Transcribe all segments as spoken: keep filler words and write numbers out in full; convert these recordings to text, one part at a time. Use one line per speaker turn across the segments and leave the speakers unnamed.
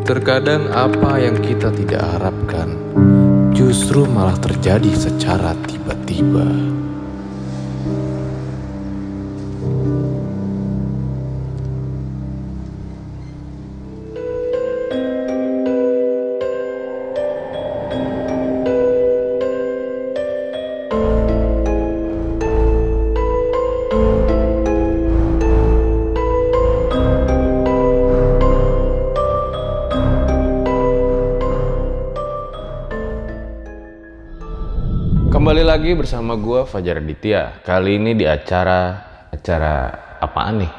Terkadang apa yang kita tidak harapkan justru malah terjadi secara tiba-tiba. Kembali lagi bersama gue Fajar Aditya. Kali ini di acara acara apaan nih?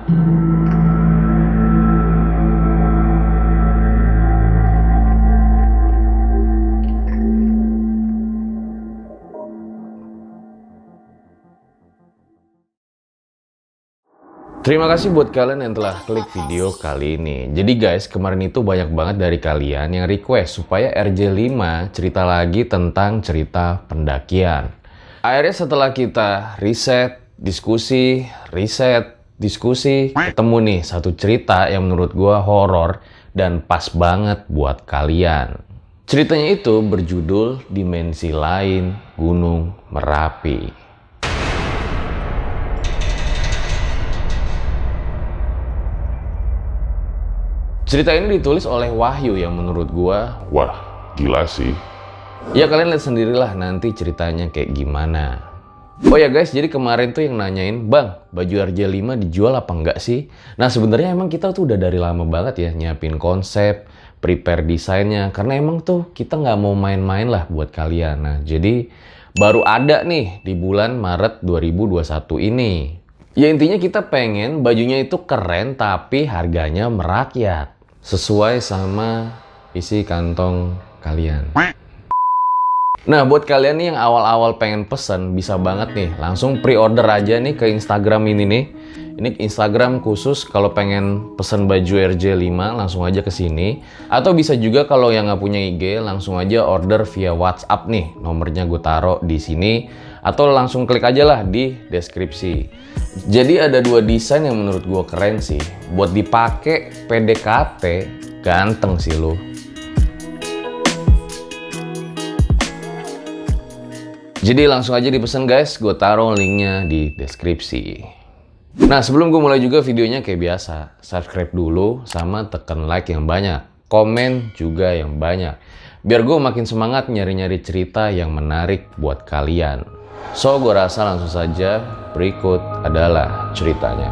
Terima kasih buat kalian yang telah klik video kali ini. Jadi guys, kemarin itu banyak banget dari kalian yang request supaya R J lima cerita lagi tentang cerita pendakian. Akhirnya setelah kita riset, diskusi, riset, diskusi, ketemu nih satu cerita yang menurut gua horor dan pas banget buat kalian. Ceritanya itu berjudul Dimensi Lain Gunung Merapi. Cerita ini ditulis oleh Wahyu yang menurut gua, wah gila sih. Ya kalian lihat sendirilah nanti ceritanya kayak gimana. Oh ya guys, jadi kemarin tuh yang nanyain, Bang, baju R J lima dijual apa enggak sih? Nah sebenarnya emang kita tuh udah dari lama banget ya nyiapin konsep, prepare desainnya. Karena emang tuh kita nggak mau main-main lah buat kalian. Nah jadi baru ada nih di bulan Maret dua ribu dua puluh satu ini. Ya intinya kita pengen bajunya itu keren tapi harganya merakyat. Sesuai sama isi kantong kalian. Nah buat kalian nih yang awal-awal pengen pesen, bisa banget nih langsung pre-order aja nih ke Instagram ini nih. Ini Instagram khusus kalau pengen pesen baju R J lima langsung aja ke sini. Atau bisa juga kalau yang nggak punya I G langsung aja order via WhatsApp nih. Nomornya gue taruh di sini. Atau langsung klik aja lah di deskripsi. Jadi ada dua desain yang menurut gue keren sih. Buat dipakai P D K T, ganteng sih lu. Jadi langsung aja dipesan guys, gue taruh linknya di deskripsi. Nah sebelum gue mulai juga videonya kayak biasa, subscribe dulu sama tekan like yang banyak, komen juga yang banyak. Biar gue makin semangat nyari-nyari cerita yang menarik buat kalian. So gue rasa langsung saja berikut adalah ceritanya.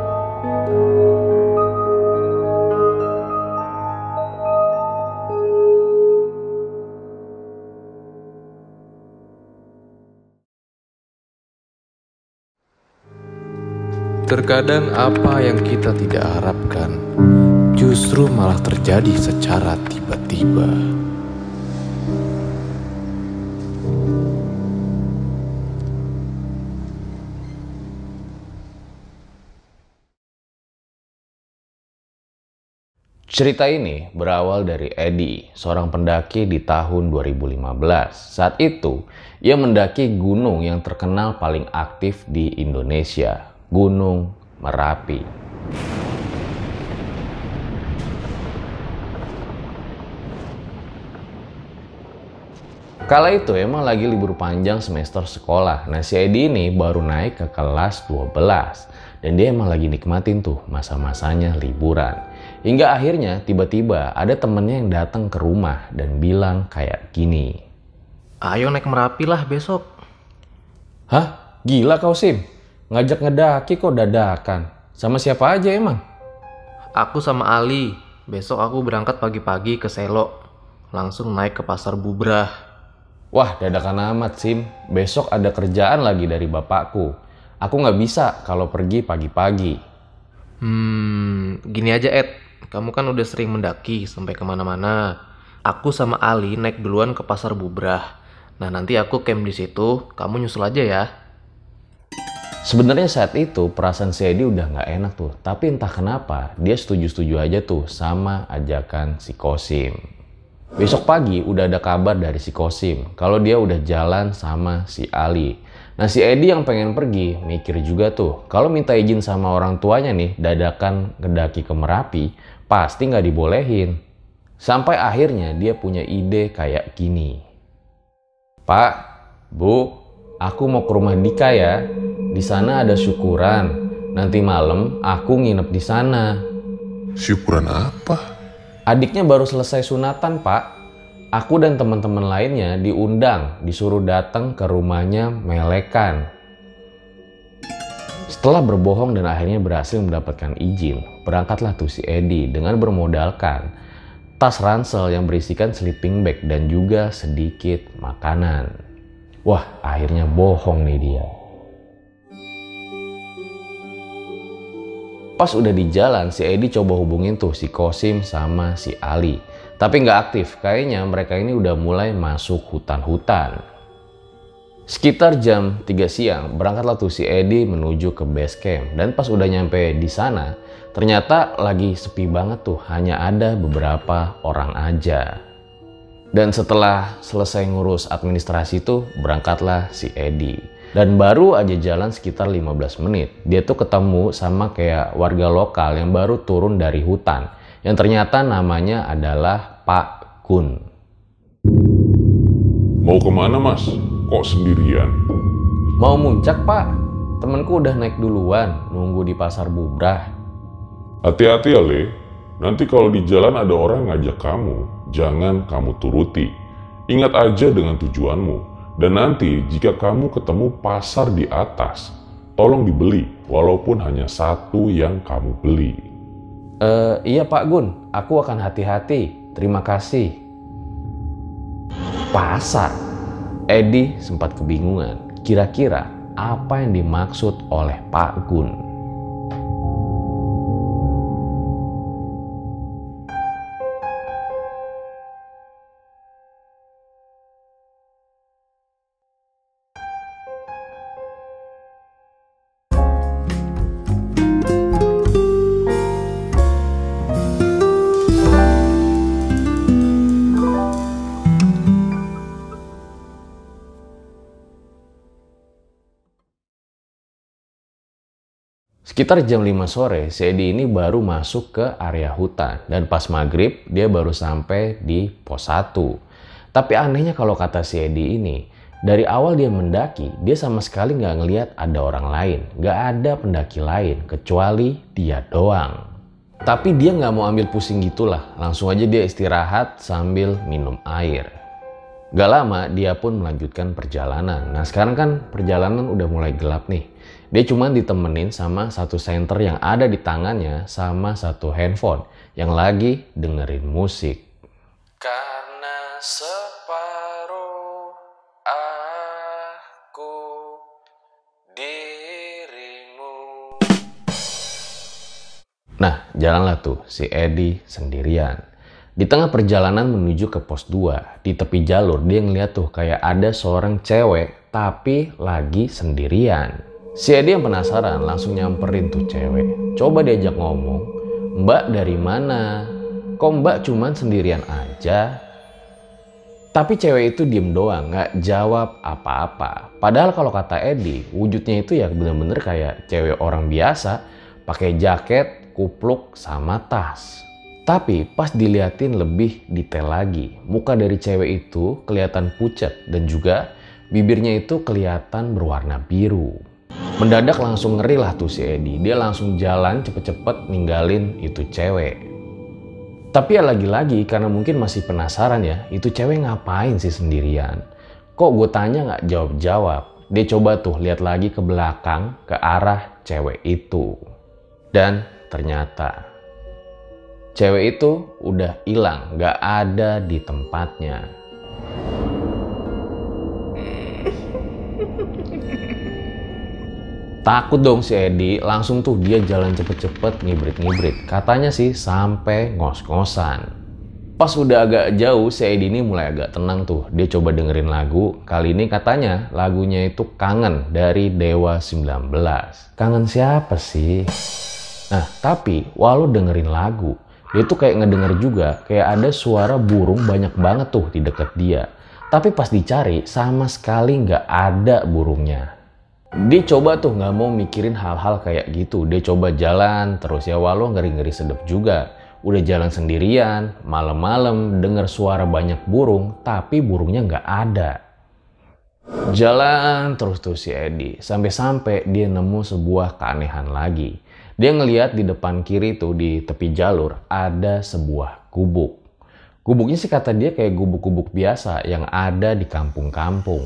Terkadang apa yang kita tidak harapkan justru malah terjadi secara tiba-tiba. Cerita ini berawal dari Edi, seorang pendaki di tahun dua ribu lima belas. Saat itu, ia mendaki gunung yang terkenal paling aktif di Indonesia, Gunung Merapi. Kala itu emang lagi libur panjang semester sekolah. Nah si Edi ini baru naik ke kelas dua belas. Dan dia emang lagi nikmatin tuh masa-masanya liburan. Hingga akhirnya tiba-tiba ada temennya yang datang ke rumah dan bilang kayak gini.
Ayo naik Merapi lah besok.
Hah? Gila kau Sim? Ngajak ngedaki kok dadakan? Sama siapa aja emang?
Aku sama Ali. Besok aku berangkat pagi-pagi ke Selo. Langsung naik ke Pasar Bubrah.
Wah dadakan amat Sim. Besok ada kerjaan lagi dari bapakku. Aku nggak bisa kalau pergi pagi-pagi.
Hmm, gini aja Ed. Kamu kan udah sering mendaki sampai kemana-mana. Aku sama Ali naik duluan ke Pasar Bubrah. Nah nanti aku camp di situ. Kamu nyusul aja ya.
Sebenarnya saat itu perasaan si Edi udah nggak enak tuh. Tapi entah kenapa dia setuju-setuju aja tuh sama ajakan si Kosim. Besok pagi udah ada kabar dari si Kosim kalau dia udah jalan sama si Ali. Nah si Edi yang pengen pergi mikir juga tuh kalau minta izin sama orang tuanya nih dadakan ngedaki ke Merapi pasti nggak dibolehin. Sampai akhirnya dia punya ide kayak gini. Pak, Bu, aku mau ke rumah Dika ya. Di sana ada syukuran. Nanti malam aku nginep di sana.
Syukuran apa?
Adiknya baru selesai sunatan, Pak. Aku dan teman-teman lainnya diundang, disuruh datang ke rumahnya Melekan. Setelah berbohong dan akhirnya berhasil mendapatkan izin, berangkatlah tuh si Edi dengan bermodalkan tas ransel yang berisikan sleeping bag dan juga sedikit makanan. Wah, akhirnya bohong nih dia. Pas udah di jalan, si Edi coba hubungin tuh si Kosim sama si Ali. Tapi nggak aktif, kayaknya mereka ini udah mulai masuk hutan-hutan. Sekitar jam tiga siang, berangkatlah tuh si Edi menuju ke base camp. Dan pas udah nyampe di sana, ternyata lagi sepi banget tuh, hanya ada beberapa orang aja. Dan setelah selesai ngurus administrasi tuh, berangkatlah si Edi. Dan baru aja jalan sekitar lima belas menit, dia tuh ketemu sama kayak warga lokal yang baru turun dari hutan. Yang ternyata namanya adalah Pak Gun.
Mau kemana mas? Kok sendirian?
Mau muncak Pak, temenku udah naik duluan, nunggu di pasar Bubrah.
Hati-hati ya Le, nanti kalau di jalan ada orang ngajak kamu, jangan kamu turuti. Ingat aja dengan tujuanmu, dan nanti jika kamu ketemu pasar di atas, tolong dibeli, walaupun hanya satu yang kamu beli.
Eh, iya Pak Gun, aku akan hati-hati. Terima kasih. Pasar. Edi sempat kebingungan. Kira-kira apa yang dimaksud oleh Pak Gun? Sekitar jam lima sore, si Edi ini baru masuk ke area hutan. Dan pas maghrib, dia baru sampai di pos satu. Tapi anehnya kalau kata si Edi ini, dari awal dia mendaki, dia sama sekali nggak ngelihat ada orang lain. Nggak ada pendaki lain, kecuali dia doang. Tapi dia nggak mau ambil pusing gitulah. Langsung aja dia istirahat sambil minum air. Gak lama, dia pun melanjutkan perjalanan. Nah sekarang kan perjalanan udah mulai gelap nih. Dia cuma ditemenin sama satu senter yang ada di tangannya sama satu handphone yang lagi dengerin musik. Karena separuh aku dirimu. Nah, jalanlah tuh si Edi sendirian. Di tengah perjalanan menuju ke pos dua, di tepi jalur dia ngeliat tuh kayak ada seorang cewek tapi lagi sendirian. Si Edi yang penasaran langsung nyamperin tuh cewek. Coba diajak ngomong, "Mbak dari mana? Kok mbak cuman sendirian aja?" Tapi cewek itu diem doang, gak jawab apa-apa. Padahal kalau kata Edi, wujudnya itu ya bener-bener kayak cewek orang biasa, pakai jaket, kupluk, sama tas. Tapi pas diliatin lebih detail lagi, muka dari cewek itu kelihatan pucat dan juga bibirnya itu kelihatan berwarna biru. Mendadak langsung ngeri lah tuh si Edi. Dia langsung jalan cepet-cepet ninggalin itu cewek. Tapi ya lagi-lagi karena mungkin masih penasaran ya, itu cewek ngapain sih sendirian? Kok gue tanya gak jawab-jawab? Dia coba tuh lihat lagi ke belakang ke arah cewek itu. Dan ternyata cewek itu udah hilang, gak ada di tempatnya. Takut dong si Edi, langsung tuh dia jalan cepet-cepet ngibrit-ngibrit. Katanya sih sampai ngos-ngosan. Pas udah agak jauh, si Edi ini mulai agak tenang tuh. Dia coba dengerin lagu. Kali ini katanya lagunya itu Kangen dari Dewa sembilan belas. Kangen siapa sih? Nah, tapi walau dengerin lagu, dia tuh kayak ngedenger juga kayak ada suara burung banyak banget tuh di deket dia. Tapi pas dicari sama sekali nggak ada burungnya. Dia coba tuh nggak mau mikirin hal-hal kayak gitu. Dia coba jalan terus ya walau ngeri-ngeri sedep juga. Udah jalan sendirian, malam-malam dengar suara banyak burung, tapi burungnya nggak ada. Jalan terus tuh si Edi, sampai-sampai dia nemu sebuah keanehan lagi. Dia ngeliat di depan kiri tuh di tepi jalur ada sebuah gubuk. Gubuknya sih kata dia kayak gubuk-gubuk biasa yang ada di kampung-kampung.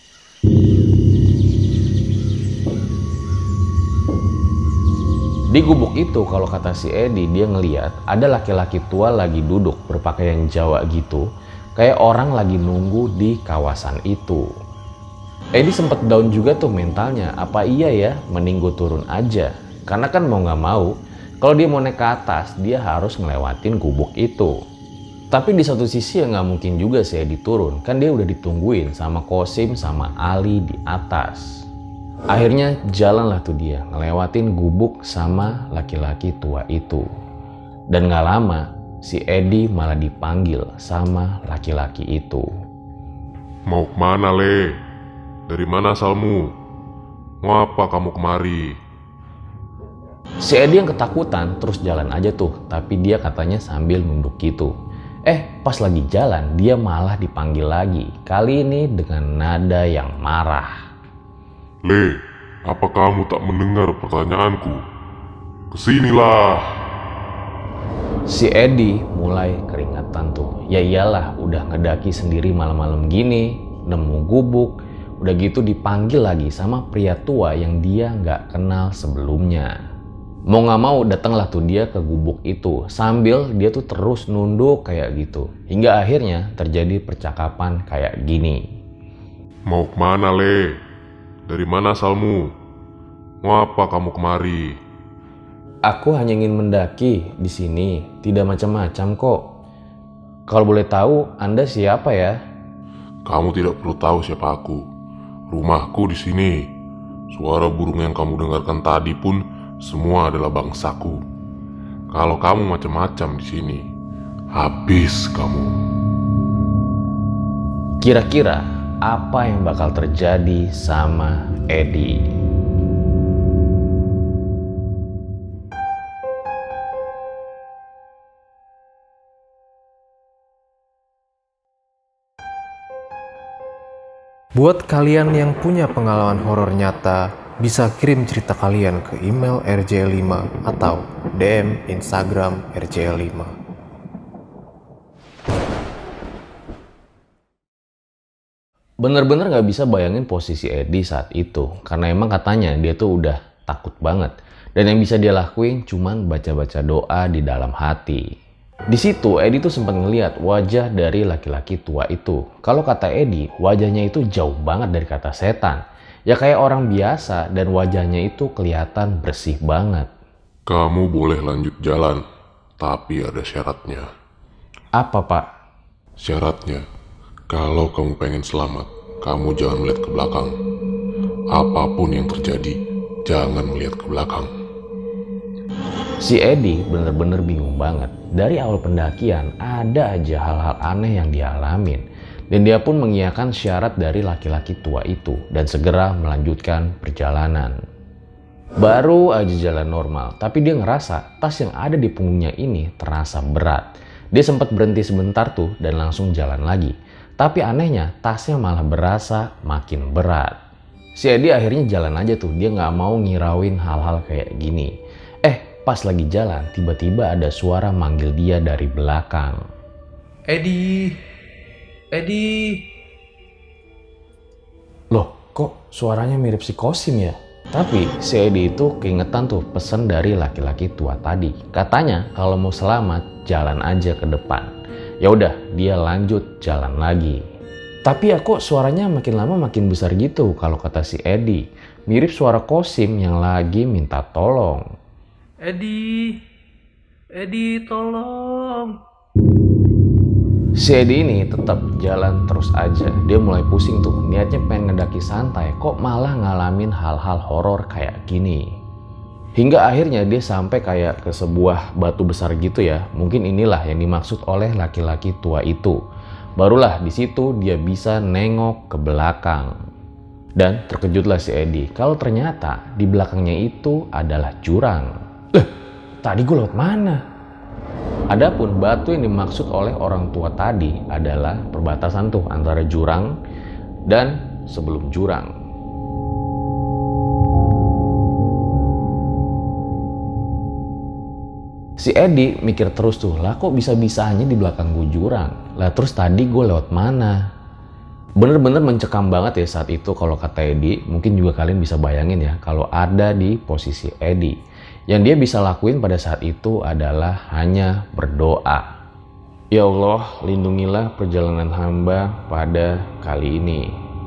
Di gubuk itu kalau kata si Edi, dia ngeliat ada laki-laki tua lagi duduk berpakaian Jawa gitu. Kayak orang lagi nunggu di kawasan itu. Edi sempet down juga tuh mentalnya. Apa iya ya mending gue turun aja. Karena kan mau gak mau, kalau dia mau naik ke atas dia harus ngelewatin gubuk itu. Tapi di satu sisi ya gak mungkin juga si Edi turun. Kan dia udah ditungguin sama Kosim sama Ali di atas. Akhirnya jalanlah tuh dia ngelewatin gubuk sama laki-laki tua itu. Dan gak lama si Edi malah dipanggil sama laki-laki itu.
Mau kemana, Le? Dari mana asalmu? Mau apa kamu kemari?
Si Edi yang ketakutan terus jalan aja tuh. Tapi dia katanya sambil nunduk gitu. Eh pas lagi jalan dia malah dipanggil lagi. Kali ini dengan nada yang marah.
Le, apa kamu tak mendengar pertanyaanku? Kesinilah.
Si Edi mulai keringetan tuh. Ya iyalah udah ngedaki sendiri malam-malam gini, nemu gubuk, udah gitu dipanggil lagi sama pria tua yang dia nggak kenal sebelumnya. Mau nggak mau datanglah tuh dia ke gubuk itu sambil dia tuh terus nunduk kayak gitu. Hingga akhirnya terjadi percakapan kayak gini.
Mau kemana, Le? Dari mana asalmu? Mau apa kamu kemari?
Aku hanya ingin mendaki di sini, tidak macam-macam kok. Kalau boleh tahu, Anda siapa ya?
Kamu tidak perlu tahu siapa aku. Rumahku di sini. Suara burung yang kamu dengarkan tadi pun semua adalah bangsaku. Kalau kamu macam-macam di sini, habis kamu.
Kira-kira apa yang bakal terjadi sama Edi?
Buat kalian yang punya pengalaman horor nyata, bisa kirim cerita kalian ke email R J L lima atau D M Instagram R J L lima.
Bener-bener gak bisa bayangin posisi Edi saat itu. Karena emang katanya dia tuh udah takut banget. Dan yang bisa dia lakuin cuman baca-baca doa di dalam hati. Di situ Edi tuh sempat ngeliat wajah dari laki-laki tua itu. Kalau kata Edi, wajahnya itu jauh banget dari kata setan. Ya kayak orang biasa dan wajahnya itu kelihatan bersih banget.
Kamu boleh lanjut jalan, tapi ada syaratnya.
Apa pak?
Syaratnya, kalau kamu pengen selamat, kamu jangan melihat ke belakang. Apapun yang terjadi, jangan melihat ke belakang.
Si Edi bener-bener bingung banget. Dari awal pendakian ada aja hal-hal aneh yang dia alamin. Dan dia pun mengiyakan syarat dari laki-laki tua itu dan segera melanjutkan perjalanan. Baru aja jalan normal, tapi dia ngerasa tas yang ada di punggungnya ini terasa berat. Dia sempat berhenti sebentar tuh dan langsung jalan lagi. Tapi anehnya tasnya malah berasa makin berat. Si Edi akhirnya jalan aja tuh, dia nggak mau ngirauin hal-hal kayak gini. Eh pas lagi jalan tiba-tiba ada suara manggil dia dari belakang.
Edi, Edi.
Loh kok suaranya mirip si Kosim ya? Tapi si Edi itu keingetan tuh pesan dari laki-laki tua tadi. Katanya kalau mau selamat jalan aja ke depan. Ya udah dia lanjut jalan lagi. Tapi ya kok suaranya makin lama makin besar gitu kalau kata si Edi. Mirip suara Kosim yang lagi minta tolong.
Edi, Edi tolong.
Si Edi ini tetap jalan terus aja. Dia mulai pusing tuh, niatnya pengen ngedaki santai, kok malah ngalamin hal-hal horor kayak gini. Hingga akhirnya dia sampai kayak ke sebuah batu besar gitu ya. Mungkin inilah yang dimaksud oleh laki-laki tua itu. Barulah di situ dia bisa nengok ke belakang. Dan terkejutlah si Edi kalau ternyata di belakangnya itu adalah jurang. Lah, tadi gue lewat mana? Adapun batu yang dimaksud oleh orang tua tadi adalah perbatasan tuh antara jurang dan sebelum jurang. Si Edi mikir terus tuh, lah kok bisa-bisanya di belakang gue jurang? Lah terus tadi gue lewat mana? Bener-bener mencekam banget ya saat itu kalau kata Edi. Mungkin juga kalian bisa bayangin ya kalau ada di posisi Edi. Yang dia bisa lakuin pada saat itu adalah hanya berdoa. Ya Allah, lindungilah perjalanan hamba pada kali ini.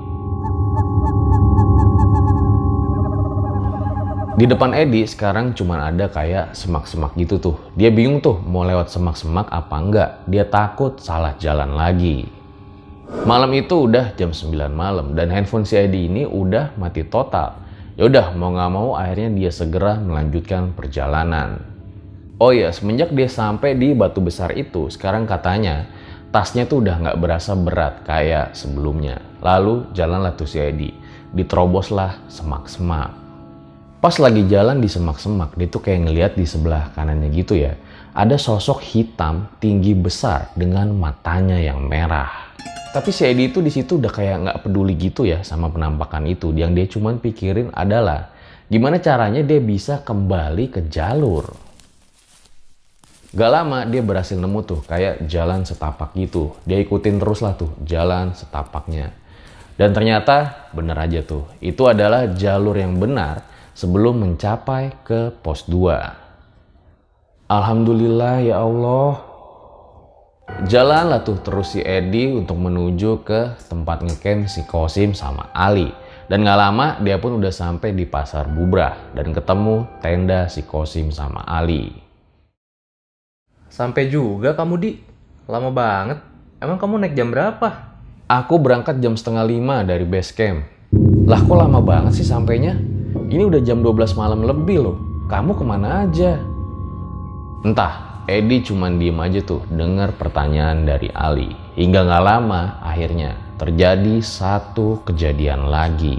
Di depan Edi sekarang cuma ada kayak semak-semak gitu tuh. Dia bingung tuh mau lewat semak-semak apa enggak. Dia takut salah jalan lagi. Malam itu udah jam sembilan malam dan handphone si Edi ini udah mati total. Ya udah mau nggak mau akhirnya dia segera melanjutkan perjalanan. Oh iya, semenjak dia sampai di batu besar itu, sekarang katanya tasnya tuh udah nggak berasa berat kayak sebelumnya. Lalu jalanlah tuh si Edi, diteroboslah semak-semak. Pas lagi jalan di semak-semak, dia tuh kayak ngeliat di sebelah kanannya gitu ya, ada sosok hitam tinggi besar dengan matanya yang merah. Tapi si Edi itu di situ udah kayak nggak peduli gitu ya sama penampakan itu. Yang dia cuman pikirin adalah gimana caranya dia bisa kembali ke jalur. Gak lama dia berhasil nemu tuh kayak jalan setapak gitu. Dia ikutin terus lah tuh jalan setapaknya. Dan ternyata bener aja tuh, itu adalah jalur yang benar sebelum mencapai ke pos dua. Alhamdulillah ya Allah. Jalanlah tuh terus si Edi untuk menuju ke tempat ngecamp si Kosim sama Ali. Dan gak lama dia pun udah sampai di pasar Bubrah dan ketemu tenda si Kosim sama Ali.
Sampai juga kamu, Di. Lama banget. Emang kamu naik jam berapa?
Aku berangkat jam setengah lima dari base camp. Lah kok lama banget sih sampainya? Ini udah jam dua belas malam lebih loh. Kamu kemana aja? Entah. Edi cuman diem aja tuh dengar pertanyaan dari Ali. Hingga gak lama akhirnya terjadi satu kejadian lagi.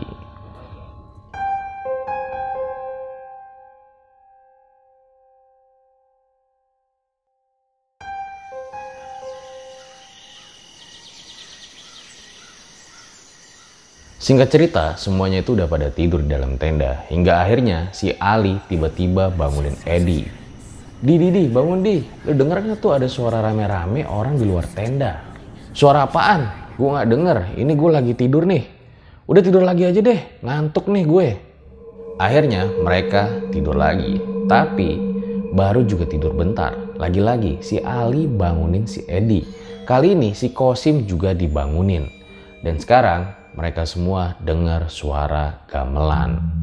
Singkat cerita, semuanya itu udah pada tidur di dalam tenda. Hingga akhirnya si Ali tiba-tiba bangunin Edi. Di, di, di, bangun di. Lu denger gak tuh ada suara rame-rame orang di luar tenda? Suara apaan? Gue gak denger. Ini gue lagi tidur nih. Udah tidur lagi aja deh. Ngantuk nih gue. Akhirnya mereka tidur lagi. Tapi baru juga tidur bentar. Lagi-lagi si Ali bangunin si Edi. Kali ini si Kosim juga dibangunin. Dan sekarang mereka semua dengar suara gamelan.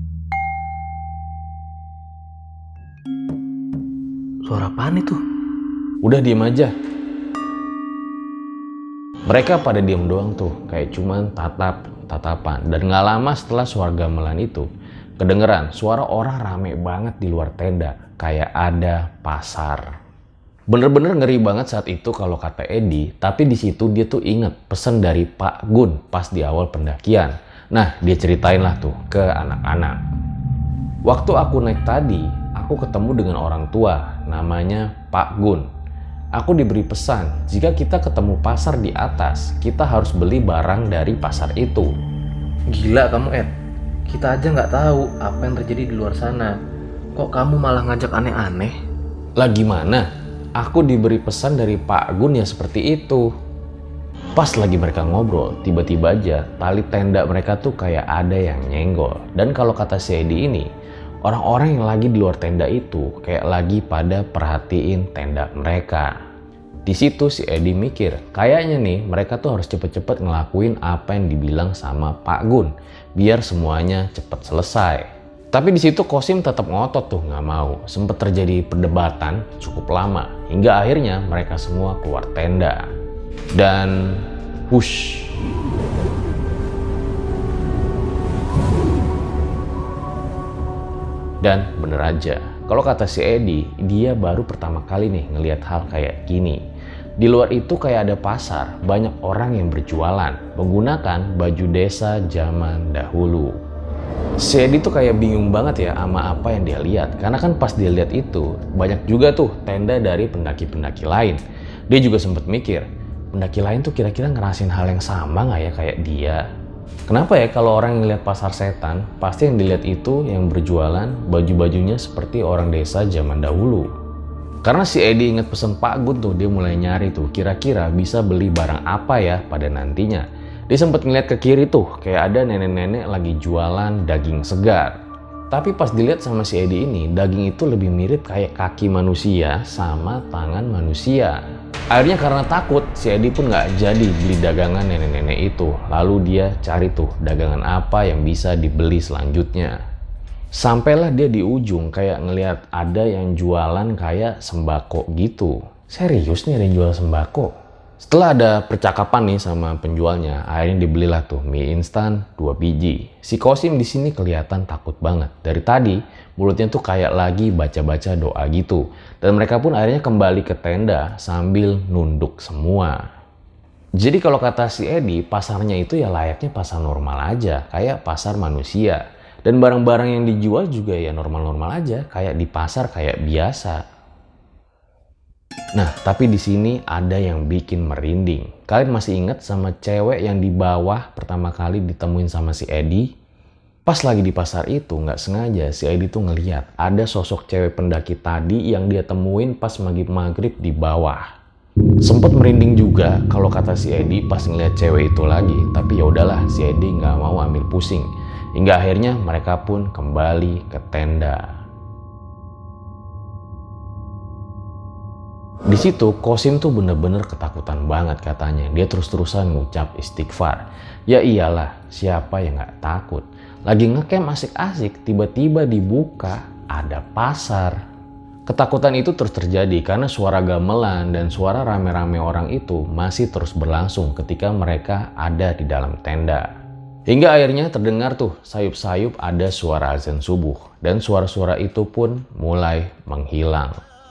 Suara apaan itu?
Udah diem aja. Mereka pada diem doang tuh, kayak cuman tatap-tatapan. Dan gak lama setelah suara gamelan itu, kedengeran suara orang rame banget di luar tenda, kayak ada pasar. Bener-bener ngeri banget saat itu kalau kata Edi, tapi di situ dia tuh inget pesan dari Pak Gun pas di awal pendakian. Nah, dia ceritain lah tuh ke anak-anak. Waktu aku naik tadi, aku ketemu dengan orang tua, namanya Pak Gun. Aku diberi pesan, jika kita ketemu pasar di atas, kita harus beli barang dari pasar itu.
Gila kamu, Ed. Kita aja nggak tahu apa yang terjadi di luar sana. Kok kamu malah ngajak aneh-aneh?
Lah gimana? Aku diberi pesan dari Pak Gun ya seperti itu. Pas lagi mereka ngobrol, tiba-tiba aja tali tenda mereka tuh kayak ada yang nyenggol. Dan kalau kata si Edi ini, orang-orang yang lagi di luar tenda itu kayak lagi pada perhatiin tenda mereka. Di situ si Edi mikir, kayaknya nih mereka tuh harus cepet-cepet ngelakuin apa yang dibilang sama Pak Gun, biar semuanya cepet selesai. Tapi di situ Kosim tetap ngotot tuh nggak mau. Sempet terjadi perdebatan cukup lama, hingga akhirnya mereka semua keluar tenda. Dan hush. Dan bener aja, kalau kata si Edi, dia baru pertama kali nih ngelihat hal kayak gini. Di luar itu kayak ada pasar, banyak orang yang berjualan, menggunakan baju desa zaman dahulu. Si Edi tuh kayak bingung banget ya sama apa yang dia lihat. Karena kan pas dia lihat itu, banyak juga tuh tenda dari pendaki-pendaki lain. Dia juga sempet mikir, pendaki lain tuh kira-kira ngerasain hal yang sama nggak ya kayak dia? Kenapa ya kalau orang yang lihat pasar setan, pasti yang dilihat itu yang berjualan baju-bajunya seperti orang desa zaman dahulu. Karena si Edi inget pesen Pak Gun tuh, dia mulai nyari tuh kira-kira bisa beli barang apa ya pada nantinya. Dia sempat ngeliat ke kiri tuh, kayak ada nenek-nenek lagi jualan daging segar. Tapi pas dilihat sama si Edi ini, daging itu lebih mirip kayak kaki manusia sama tangan manusia. Akhirnya karena takut, si Edi pun nggak jadi beli dagangan nenek-nenek itu. Lalu dia cari tuh dagangan apa yang bisa dibeli selanjutnya. Sampailah dia di ujung kayak ngelihat ada yang jualan kayak sembako gitu. Serius nih ada yang jual sembako? Setelah ada percakapan nih sama penjualnya, akhirnya dibelilah tuh mie instan dua biji. Si Kosim di sini kelihatan takut banget. Dari tadi mulutnya tuh kayak lagi baca-baca doa gitu. Dan mereka pun akhirnya kembali ke tenda sambil nunduk semua. Jadi kalau kata si Edi, pasarnya itu ya layaknya pasar normal aja, kayak pasar manusia. Dan barang-barang yang dijual juga ya normal-normal aja, kayak di pasar kayak biasa. Nah, tapi di sini ada yang bikin merinding. Kalian masih ingat sama cewek yang di bawah pertama kali ditemuin sama si Edi? Pas lagi di pasar itu, nggak sengaja si Edi tuh ngeliat ada sosok cewek pendaki tadi yang dia temuin pas maghrib-maghrib di bawah. Sempet merinding juga kalau kata si Edi pas ngeliat cewek itu lagi. Tapi ya udahlah, si Edi nggak mau ambil pusing. Hingga akhirnya mereka pun kembali ke tenda. Di situ Kosim tuh bener-bener ketakutan banget katanya. Dia terus-terusan ngucap istighfar. Ya iyalah, siapa yang nggak takut? Lagi ngecamp asik-asik, tiba-tiba dibuka ada pasar. Ketakutan itu terus terjadi karena suara gamelan dan suara rame-rame orang itu masih terus berlangsung ketika mereka ada di dalam tenda. Hingga akhirnya terdengar tuh sayup-sayup ada suara azan subuh. Dan suara-suara itu pun mulai menghilang.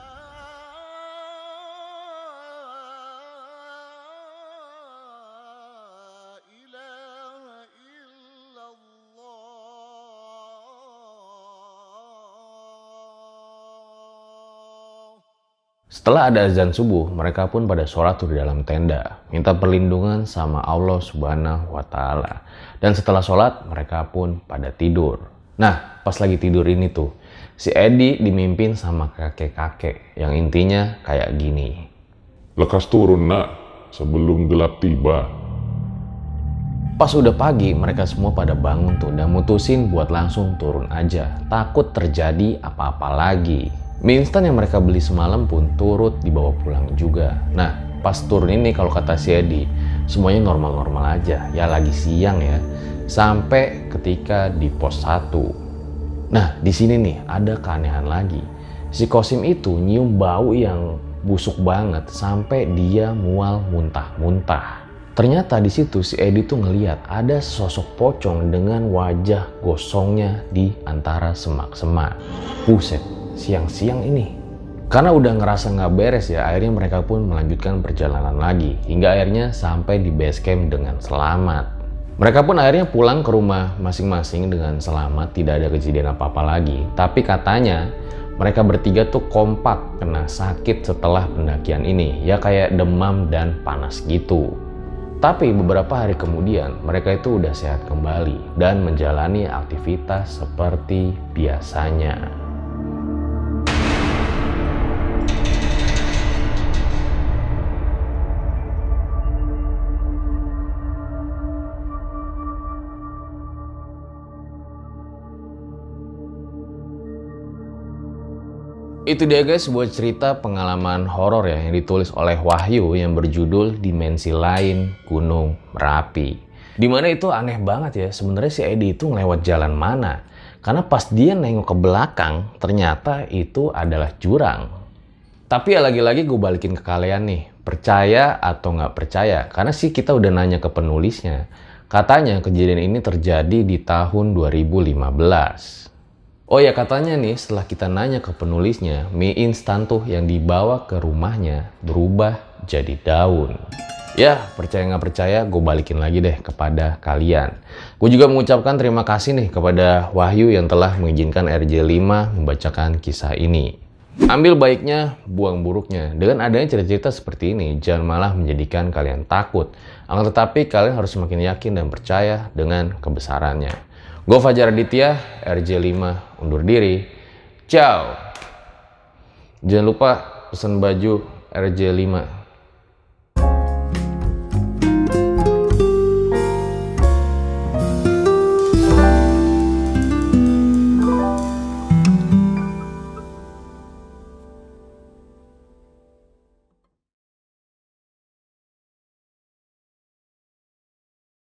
Setelah ada azan subuh, mereka pun pada sholat tuh di dalam tenda, minta perlindungan sama Allah Subhanahu wa Ta'ala. Dan setelah sholat, mereka pun pada tidur. Nah, pas lagi tidur ini tuh, si Edi dimimpin sama kakek-kakek yang intinya kayak gini.
Lekas turun nak, sebelum gelap tiba.
Pas udah pagi, mereka semua pada bangun tuh dan mutusin buat langsung turun aja. Takut terjadi apa-apa lagi. Mie instan yang mereka beli semalam pun turut dibawa pulang juga. Nah, pas turun ini kalau kata si Edi, semuanya normal-normal aja. Ya lagi siang ya. Sampai ketika di pos satu. Nah, di sini nih ada keanehan lagi. Si Kosim itu nyium bau yang busuk banget sampai dia mual muntah-muntah. Ternyata di situ si Edi tuh ngeliat ada sosok pocong dengan wajah gosongnya di antara semak-semak. Buset. Siang-siang ini. Karena udah ngerasa nggak beres ya, akhirnya mereka pun melanjutkan perjalanan lagi. Hingga akhirnya sampai di base camp dengan selamat. Mereka pun akhirnya pulang ke rumah masing-masing dengan selamat, tidak ada kejadian apa-apa lagi. Tapi katanya mereka bertiga tuh kompak kena sakit setelah pendakian ini. Ya kayak demam dan panas gitu. Tapi beberapa hari kemudian mereka itu udah sehat kembali dan menjalani aktivitas seperti biasanya. Itu dia guys, sebuah cerita pengalaman horor ya yang ditulis oleh Wahyu yang berjudul Dimensi Lain Gunung Merapi. Dimana itu aneh banget ya, sebenarnya si Edi itu ngelewat jalan mana? Karena pas dia nengok ke belakang, ternyata itu adalah jurang. Tapi ya lagi-lagi gue balikin ke kalian nih, percaya atau nggak percaya? Karena sih kita udah nanya ke penulisnya. Katanya kejadian ini terjadi di tahun dua ribu lima belas. Oh ya katanya nih setelah kita nanya ke penulisnya, mie instan tuh yang dibawa ke rumahnya berubah jadi daun. Ya, percaya nggak percaya, gue balikin lagi deh kepada kalian. Gue juga mengucapkan terima kasih nih kepada Wahyu yang telah mengizinkan R J lima membacakan kisah ini. Ambil baiknya, buang buruknya. Dengan adanya cerita-cerita seperti ini, jangan malah menjadikan kalian takut. Akan tetapi, kalian harus semakin yakin dan percaya dengan kebesarannya. Gue Fajar Aditya, R J lima undur diri. Ciao! Jangan lupa pesan baju R J lima.